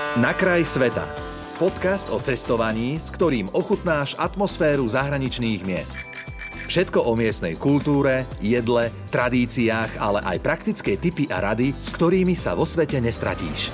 Na kraj sveta. Podcast o cestovaní, s ktorým ochutnáš atmosféru zahraničných miest. Všetko o miestnej kultúre, jedle, tradíciách, ale aj praktické tipy a rady, s ktorými sa vo svete nestratíš.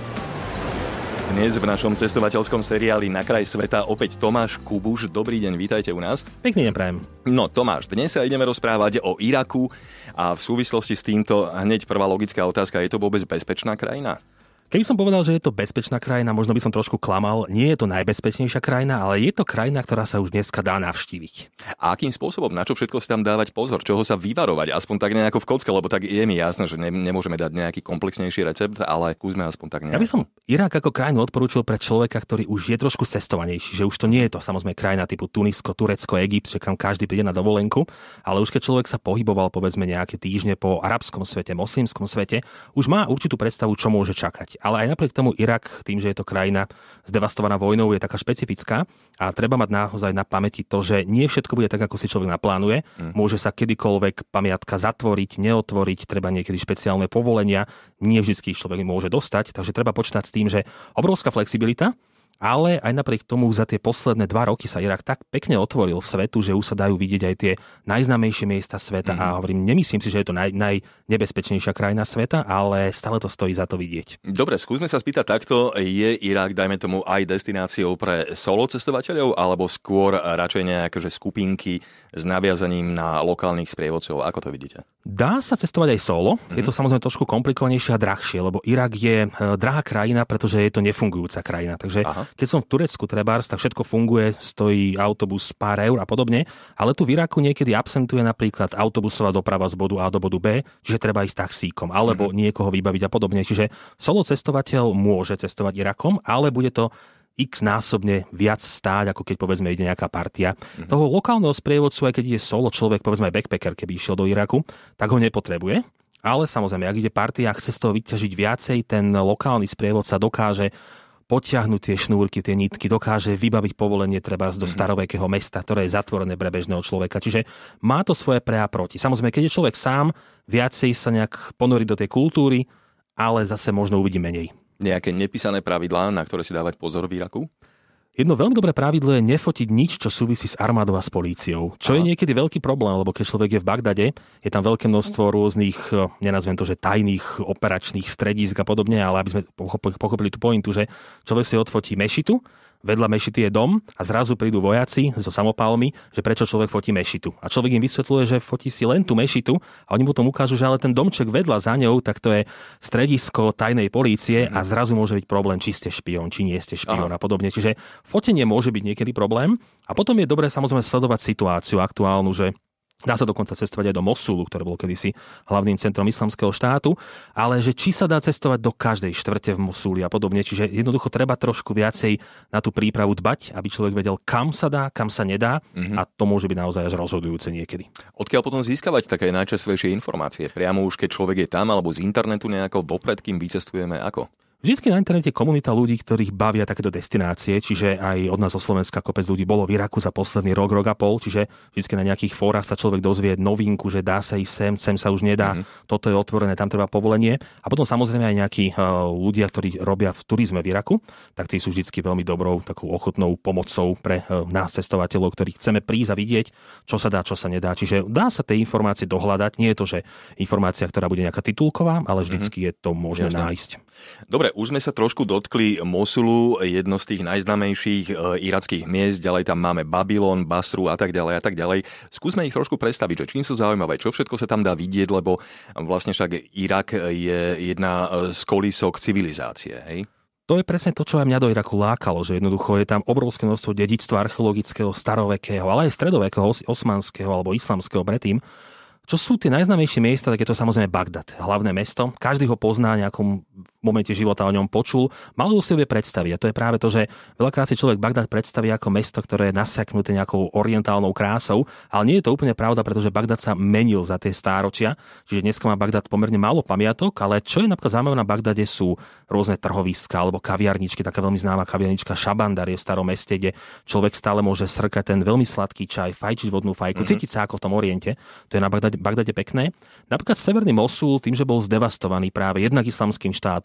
Dnes v našom cestovateľskom seriáli Na kraj sveta opäť Tomáš Kubuš. Dobrý deň, vítajte u nás. Pekný deň prajem. No Tomáš, dnes sa ideme rozprávať o Iraku a v súvislosti s týmto hneď prvá logická otázka, je to vôbec bezpečná krajina? Keby som povedal, že je to bezpečná krajina, možno by som trošku klamal. Nie je to najbezpečnejšia krajina, ale je to krajina, ktorá sa už dneska dá navštíviť. A akým spôsobom? Na čo všetko si tam dávať pozor? Čoho sa vyvarovať? Aspoň tak nejako v kocke, lebo tak je mi jasné, že nemôžeme dať nejaký komplexnejší recept, ale skúsme aspoň tak nejako. Ja by som Irak ako krajinu odporúčil pre človeka, ktorý už je trošku cestovanejší, že už to nie je to samozrejme krajina typu Tunisko, Turecko, Egypt, že kam každý príde na dovolenku, ale už keď človek sa pohyboval povedzme nejaké týždne po arabskom svete, moslimskom svete, už má určitú predstavu, čo môže čakať. Ale aj napriek tomu Irak, tým, že je to krajina zdevastovaná vojnou, je taká špecifická a treba mať naozaj na pamäti to, že nie všetko bude tak, ako si človek naplánuje. Môže sa kedykoľvek pamiatka zatvoriť, neotvoriť, treba niekedy špeciálne povolenia, nie vždy človek môže dostať, takže treba počítať s tým, že obrovská flexibilita. Ale aj napriek tomu za tie posledné 2 roky sa Irak tak pekne otvoril svetu, že už sa dajú vidieť aj tie najznámejšie miesta sveta. A hovorím, nemyslím si, že je to najnebezpečnejšia krajina sveta, ale stále to stojí za to vidieť. Dobre, skúsme sa spýtať takto. Je Irak, dajme tomu, aj destináciou pre solo cestovateľov, alebo skôr radšej nejaké skupinky s naviazaním na lokálnych sprievodcov? Ako to vidíte? Dá sa cestovať aj solo. Je to samozrejme trošku komplikovanejšie a drahšie, lebo Irak je drahá krajina, pretože je to nefungujúca krajina. Takže keď som v Turecku trebárs, tak všetko funguje, stojí autobus pár eur a podobne, ale tu v Iraku niekedy absentuje napríklad autobusová doprava z bodu A do bodu B, že treba ísť taxíkom alebo niekoho vybaviť a podobne. Čiže solo cestovateľ môže cestovať Irakom, ale bude to x násobne viac stáť, ako keď povedzme ide nejaká partia. Toho lokálneho sprievodcu, aj keď ide solo človek, povedzme aj backpacker, keby išiel do Iraku, tak ho nepotrebuje. Ale samozrejme, ak ide partia a chce z toho vyťažiť viacej, ten lokálny sprievodca dokáže potiahnuť tie šnúrky, tie nitky, dokáže vybaviť povolenie treba do starovekého mesta, ktoré je zatvorené pre bežného človeka. Čiže má to svoje pre a proti. Samozrejme, keď je človek sám, viacej sa nejak ponorí do tej kultúry, ale zase možno uvidí menej. Nejaké nepísané pravidlá, na ktoré si dávať pozor v Iraku? Jedno veľmi dobré pravidlo je nefotiť nič, čo súvisí s armádou a s políciou. Čo je niekedy veľký problém, lebo keď človek je v Bagdade, je tam veľké množstvo rôznych, nenazvem to, že tajných operačných stredísk a podobne, ale aby sme pochopili tú pointu, že človek si odfotí mešitu, vedľa mešity je dom a zrazu prídu vojaci so samopálmi, že prečo človek fotí mešitu. A človek im vysvetľuje, že fotí si len tú mešitu a oni mu potom ukážu, že ale ten domček vedľa za ňou, tak to je stredisko tajnej polície a zrazu môže byť problém, či ste špión, či nie ste špión a podobne. Čiže fotenie môže byť niekedy problém a potom je dobré samozrejme sledovať situáciu aktuálnu, že dá sa dokonca cestovať aj do Mosulu, ktoré bolo kedysi hlavným centrom islamského štátu, ale že či sa dá cestovať do každej štvrte v Mosuli a podobne. Čiže jednoducho treba trošku viacej na tú prípravu dbať, aby človek vedel, kam sa dá, kam sa nedá a to môže byť naozaj až rozhodujúce niekedy. Odkiaľ potom získavať také najčerstvejšie informácie? Priamo už keď človek je tam alebo z internetu nejako vopred, kým vycestujeme, ako? Vždycky na internete komunita ľudí, ktorých bavia takéto destinácie, čiže aj od nás zo Slovenska kopec ľudí bolo v Iraku za posledný rok a pol, čiže vždycky na nejakých fórach sa človek dozvie novinku, že dá sa ísť sem sa už nedá, toto je otvorené, tam treba povolenie. A potom samozrejme aj nejakí ľudia, ktorí robia v turizme v Iraku, tak tí sú vždycky veľmi dobrou, takou ochotnou pomocou pre nás cestovateľov, ktorí chceme prísť a vidieť, čo sa dá, čo sa nedá. Čiže dá sa tie informácie dohľadať, nie je to, že informácia, ktorá bude nejaká titulková, ale vždycky je to možné nájsť. Dobre, už sme sa trošku dotkli Mosulu, jedno z tých najznámejších irackých miest, ďalej tam máme Babylon, Basru a tak ďalej a tak ďalej. Skúsme ich trošku predstaviť, že čím sú zaujímavé, čo všetko sa tam dá vidieť, lebo vlastne však Irak je jedna z kolísok civilizácie, hej? To je presne to, čo aj mňa do Iraku lákalo, že jednoducho je tam obrovské množstvo dedičstva archeologického, starovekého, ale aj stredovekého, osmanského alebo islamského predtým. Čo sú tie najznámejšie miesta, tak je to samozrejme Bagdad, hlavné mesto. Každý ho pozná, v nejakom momente života o ňom počul. Malo si vie predstaviť. A to je práve to, že veľakrát si človek Bagdad predstaví ako mesto, ktoré je nasiaknuté nejakou orientálnou krásou, ale nie je to úplne pravda, pretože Bagdad sa menil za tie stáročia. Čiže dneska má Bagdad pomerne málo pamiatok, ale čo je napríklad zaujímavé na Bagdade sú rôzne trhoviská alebo kaviarničky, taká veľmi známa kaviarnička Šabandar je v starom meste, kde človek stále môže srkať ten veľmi sladký čaj, fajčiť vodnú fajku, cítiť sa ako v tom Oriente. To je na Bagdade pekné. Napríklad severný Mosul, tým, že bol zdevastovaný práve jednak islamským štátom,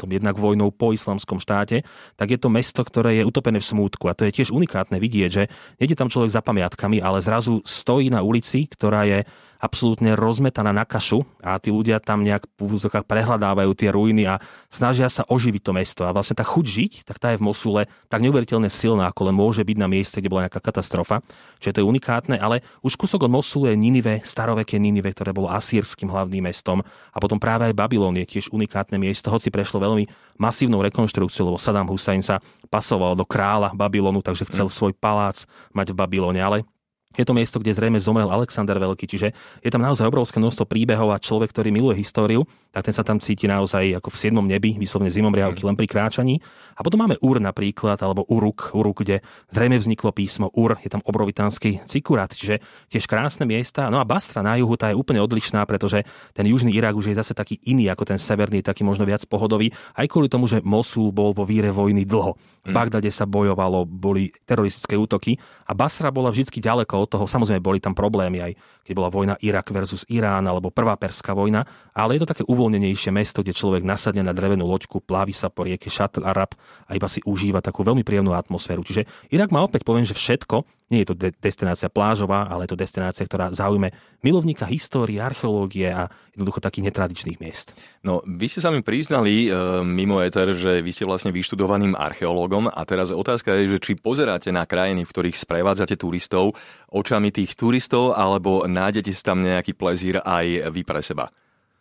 jednak vojnou po islamskom štáte, tak je to mesto, ktoré je utopené v smútku. A to je tiež unikátne vidieť, že nejde tam človek za pamiatkami, ale zrazu stojí na ulici, ktorá je absolútne rozmetaná na kašu a tí ľudia tam nejak v úvodzovkách prehľadávajú tie ruiny a snažia sa oživiť to mesto. A vlastne tá chuť žiť, tak tá je v Mosule tak neuveriteľne silná, ako len môže byť na mieste, kde bola nejaká katastrofa. Čiže to je unikátne, ale už kúsok od Mosulu je Ninive, staroveké Ninive, ktoré bolo asýrskym hlavným mestom. A potom práve aj Babylon je tiež unikátne miesto, hoci prešlo veľmi masívnou rekonštrukciou, lebo Saddam Hussein sa pasoval do kráľa Babylonu, takže chcel svoj palác mať v Babylone, ale je to miesto, kde zrejme zomrel Alexander Veľký, čiže je tam naozaj obrovské množstvo príbehov a človek, ktorý miluje históriu, tak ten sa tam cíti naozaj ako v 7. nebi, vyslovene zimomriavky len pri kráčaní. A potom máme Ur napríklad, alebo Uruk, kde zrejme vzniklo písmo Ur, je tam obrovitánsky cikurat, čiže tiež krásne miesta. No a Basra na juhu, tá je úplne odlišná, pretože ten južný Irak už je zase taký iný ako ten severný, taký možno viac pohodový, aj kvôli tomu, že Mosul bol vo víre vojny dlho. V Bagdade sa bojovalo, boli teroristické útoky a Basra bola vždycky ďaleko od toho. Samozrejme boli tam problémy, aj keď bola vojna Irak versus Irán alebo prvá perská vojna, ale je to také uvoľnenejšie mesto, kde človek nasadne na drevenú loďku, plávi sa po rieke Šatl Arab a iba si užíva takú veľmi príjemnú atmosféru. Čiže Irak má opäť, poviem, že všetko. Nie je to destinácia plážová, ale je to destinácia, ktorá zaujme milovníka histórie, archeológie a jednoducho takých netradičných miest. No, vy ste sa mi priznali mimo éter, že vy ste vlastne vyštudovaným archeológom a teraz otázka je, že či pozeráte na krajiny, v ktorých sprevádzate turistov očami tých turistov, alebo nájdete si tam nejaký plezír aj vy pre seba?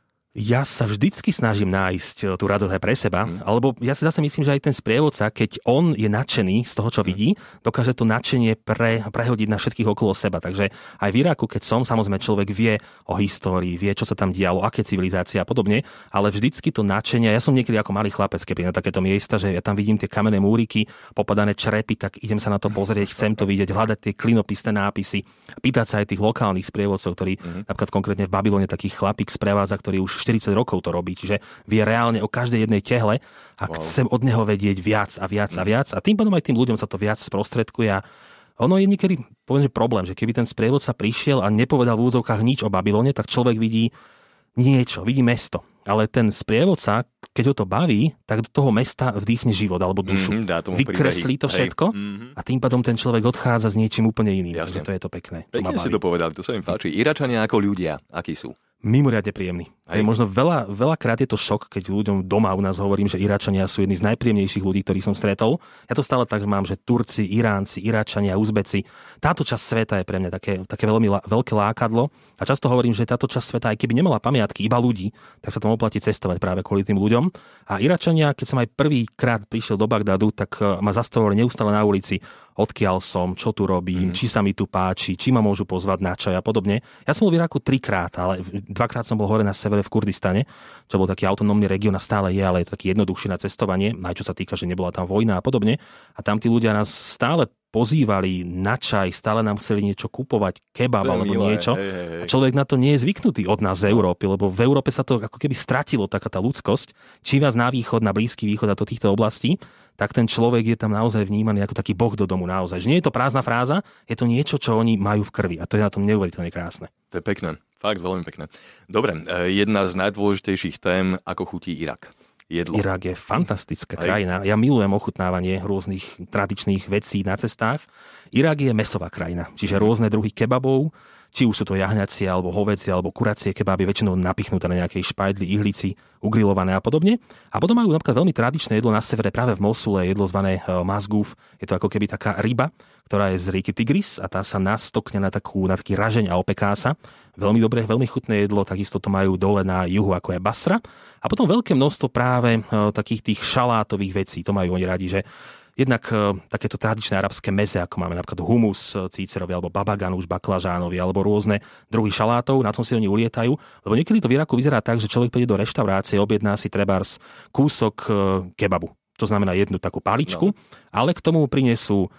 Ja sa vždycky snažím nájsť tú radosť aj pre seba, alebo ja si zase myslím, že aj ten sprievodca, keď on je nadšený z toho, čo vidí, dokáže to nadšenie prehodiť na všetkých okolo seba. Takže aj v Iraku, keď som, samozrejme človek vie o histórii, vie, čo sa tam dialo, aké civilizácie a podobne, ale vždycky to nadšenie, ja som niekedy ako malý chlapec, keď na takéto miesta, že ja tam vidím tie kamenné múriky, popadané črepy, tak idem sa na to pozrieť, chcem to vidieť, hľadať tie klinopisné nápisy, pýtať sa aj tých lokálnych sprievodcov, ktorí napríklad konkrétne v Babylone taký chlapík sprevádza, ktorý už 40 rokov to robí, čiže vie reálne o každej jednej tehle a chcem od neho vedieť viac a viac a viac a tým pádom aj tým ľuďom sa to viac sprostredkuje a ono je niekedy, poviem, že problém, že keby ten sprievodca prišiel a nepovedal v úvodzovkách nič o Babylone, tak človek vidí niečo, vidí mesto. Ale ten sprievodca, keď ho to baví, tak do toho mesta vdýchne život alebo dušu. Vykreslí to všetko a tým pádom ten človek odchádza s niečím úplne iným. Takže to je to pekné. Pekne si to povedali, to sa mi páči. Iračania ako ľudia, akí sú? Mimoriadne príjemný. Je možno veľakrát je to šok, keď ľuďom doma u nás hovorím, že Iračania sú jedni z najpríjemnejších ľudí, ktorých som stretol. Ja to stále tak mám, že Turci, Iránci, Iračania, Uzbeci. Táto časť sveta je pre mňa také veľmi veľké lákadlo a často hovorím, že táto časť sveta, aj keby nemala pamiatky, iba ľudí, tak sa tam oplatí cestovať práve kvôli tým ľuďom. A Iračania, keď som aj prvýkrát prišiel do Bagdadu, tak ma zastavovali neustále na ulici, odkiaľ som, čo tu robím, či sa mi tu páči, či ma môžu pozvať na čaj a podobne. Ja som bol v Iraku 3-krát, ale 2-krát som bol hore na severe v Kurdistane, čo bol taký autonómny región a stále je, ale je taký jednoduchší na cestovanie, aj čo sa týka, že nebola tam vojna a podobne. A tam tí ľudia nás stále pozývali na čaj, stále nám chceli niečo kupovať, kebab alebo niečo. A človek na to nie je zvyknutý od nás z Európy, lebo v Európe sa to ako keby stratilo, taká tá ľudskosť. Čím vás na východ, na Blízky východ a do týchto oblastí, tak ten človek je tam naozaj vnímaný ako taký boh do domu naozaj. Že nie je to prázdna fráza, je to niečo, čo oni majú v krvi a to je na tom neuveriteľne krásne. To je pekné, fakt veľmi pekné. Dobre, jedna z najdôležitejších tém, ako chutí Irak. Jedlo. Irak je fantastická krajina. Ja milujem ochutnávanie rôznych tradičných vecí na cestách. Irak je mäsová krajina, čiže rôzne druhy kebabov, či už sú to jahňacie, alebo hovädzie, alebo kuracie kebaby, väčšinou napichnuté na nejakej špajdli, ihlici, ugrilované a podobne. A potom majú napríklad veľmi tradičné jedlo na severe, práve v Mosule, jedlo zvané mazguf. Je to ako keby taká ryba, ktorá je z rieky Tigris a tá sa nastokne na taký ražeň a opeká sa. Veľmi dobré, veľmi chutné jedlo, takisto to majú dole na juhu, ako je Basra. A potom veľké množstvo práve takých tých šalátových vecí, to majú oni radi, že jednak takéto tradičné arabské meze, ako máme napríklad humus cícerovi, alebo babaganúš baklažánovi, alebo rôzne druhy šalátov, na tom si oni ulietajú. Lebo niekedy to v Iraku vyzerá tak, že človek príde do reštaurácie, objedná si trebárs kúsok kebabu. To znamená jednu takú paličku, ale k tomu prinesú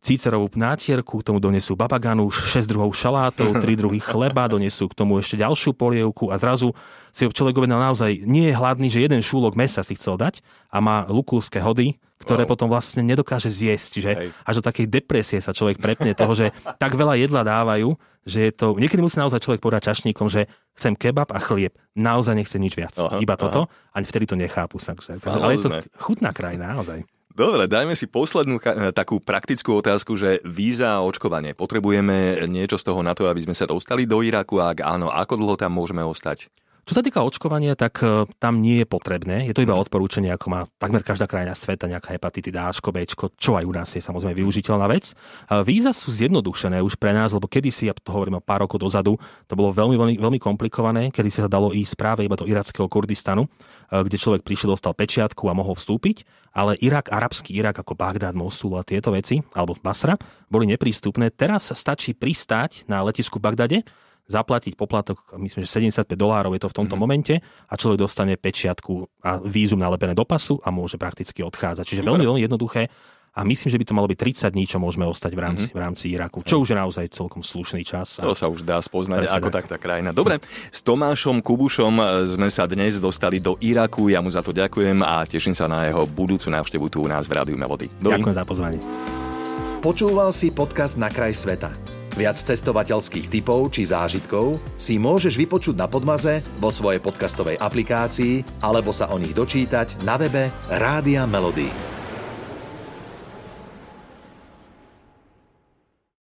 cícerovú nátierku, k tomu donesú babaganuš, 6 druhov šalátov, 3 druhy chleba, donesú k tomu ešte ďalšiu polievku a zrazu si človek objednal naozaj, nie je hladný, že jeden šúlok mesa si chcel dať a má lukulské hody, ktoré potom vlastne nedokáže zjesť. Čiže až do takej depresie sa človek prepne toho, že tak veľa jedla dávajú, že je to... Niekedy musí naozaj človek povedať čašníkom, že chcem kebab a chlieb. Naozaj nechcem nič viac. Iba toto. A vtedy to nechápu. Ale je to chutná krajina, naozaj. Dobre, dajme si poslednú takú praktickú otázku, že víza a očkovanie. Potrebujeme niečo z toho na to, aby sme sa dostali do Iraku? A ak áno, ako dlho tam môžeme ostať? Čo sa týka očkovania, tak tam nie je potrebné. Je to iba odporúčanie, ako má takmer každá krajina sveta, nejaká hepatitida Ačko, Bčko, čo aj u nás je samozrejme využiteľná vec. Víza sú zjednodušené už pre nás, lebo kedysi, ja to hovorím o pár rokov dozadu, to bolo veľmi komplikované, kedy sa dalo ísť práve iba do irackého Kurdistanu, kde človek prišiel, dostal pečiatku a mohol vstúpiť, ale Irak, arabský Irak ako Bagdad, Mosul a tieto veci, alebo Basra, boli neprístupné. Teraz stačí pristáť na letisku v Bagdade, zaplatiť poplatok, myslím, že $75 je to v tomto momente a človek dostane pečiatku a vízum nalepené do pasu a môže prakticky odchádzať. Čiže veľmi jednoduché a myslím, že by to malo byť 30 dní, čo môžeme ostať v rámci Iraku, čo už je naozaj celkom slušný čas. To sa už dá spoznať ako tak tá krajina. Dobre, s Tomášom Kubušom sme sa dnes dostali do Iraku, ja mu za to ďakujem a teším sa na jeho budúcu návštevu tu u nás v Rádiu Melody. Ďakujem za pozvanie. Počúval si podcast Na kraj sveta. Viac cestovateľských tipov či zážitkov si môžeš vypočuť na Podmaze, vo svojej podcastovej aplikácii alebo sa o nich dočítať na webe Rádia Melody.